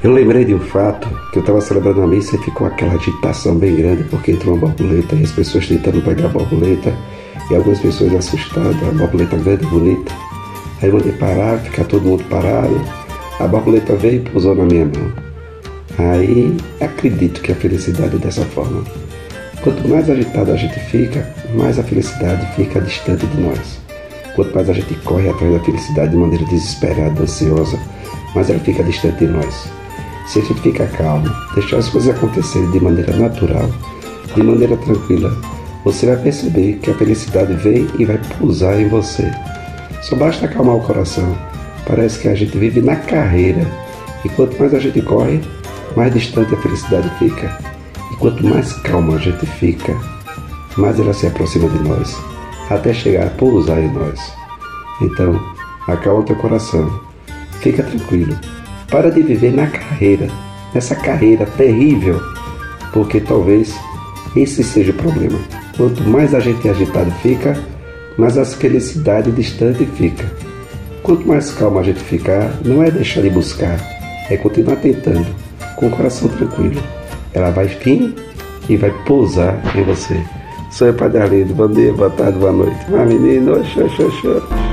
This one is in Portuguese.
Eu lembrei de um fato que eu estava celebrando uma missa e ficou aquela agitação bem grande porque entrou uma borboleta e as pessoas tentando pegar a borboleta e algumas pessoas assustadas, a borboleta grande e bonita. Aí eu mandei parar, ficar todo mundo parado, a borboleta veio e pousou na minha mão. Aí acredito que a felicidade é dessa forma. Quanto mais agitado a gente fica, mais a felicidade fica distante de nós. Quanto mais a gente corre atrás da felicidade de maneira desesperada, ansiosa, mais ela fica distante de nós. Se a gente ficar calmo, deixar as coisas acontecerem de maneira natural, de maneira tranquila, você vai perceber que a felicidade vem e vai pousar em você. Só basta acalmar o coração. Parece que a gente vive na carreira. E quanto mais a gente corre, mais distante a felicidade fica. E quanto mais calma a gente fica, mais ela se aproxima de nós, até chegar a pousar em nós. Então, acalma teu coração. Fica tranquilo. Para de viver na carreira, nessa carreira terrível, porque talvez esse seja o problema. Quanto mais a gente agitado fica, mais a felicidade distante fica. Quanto mais calma a gente ficar, não é deixar de buscar, é continuar tentando, com o coração tranquilo. Ela vai vir e vai pousar em você. Sou o Padre Arlindo. Bom dia, boa tarde, boa noite. Mas menino,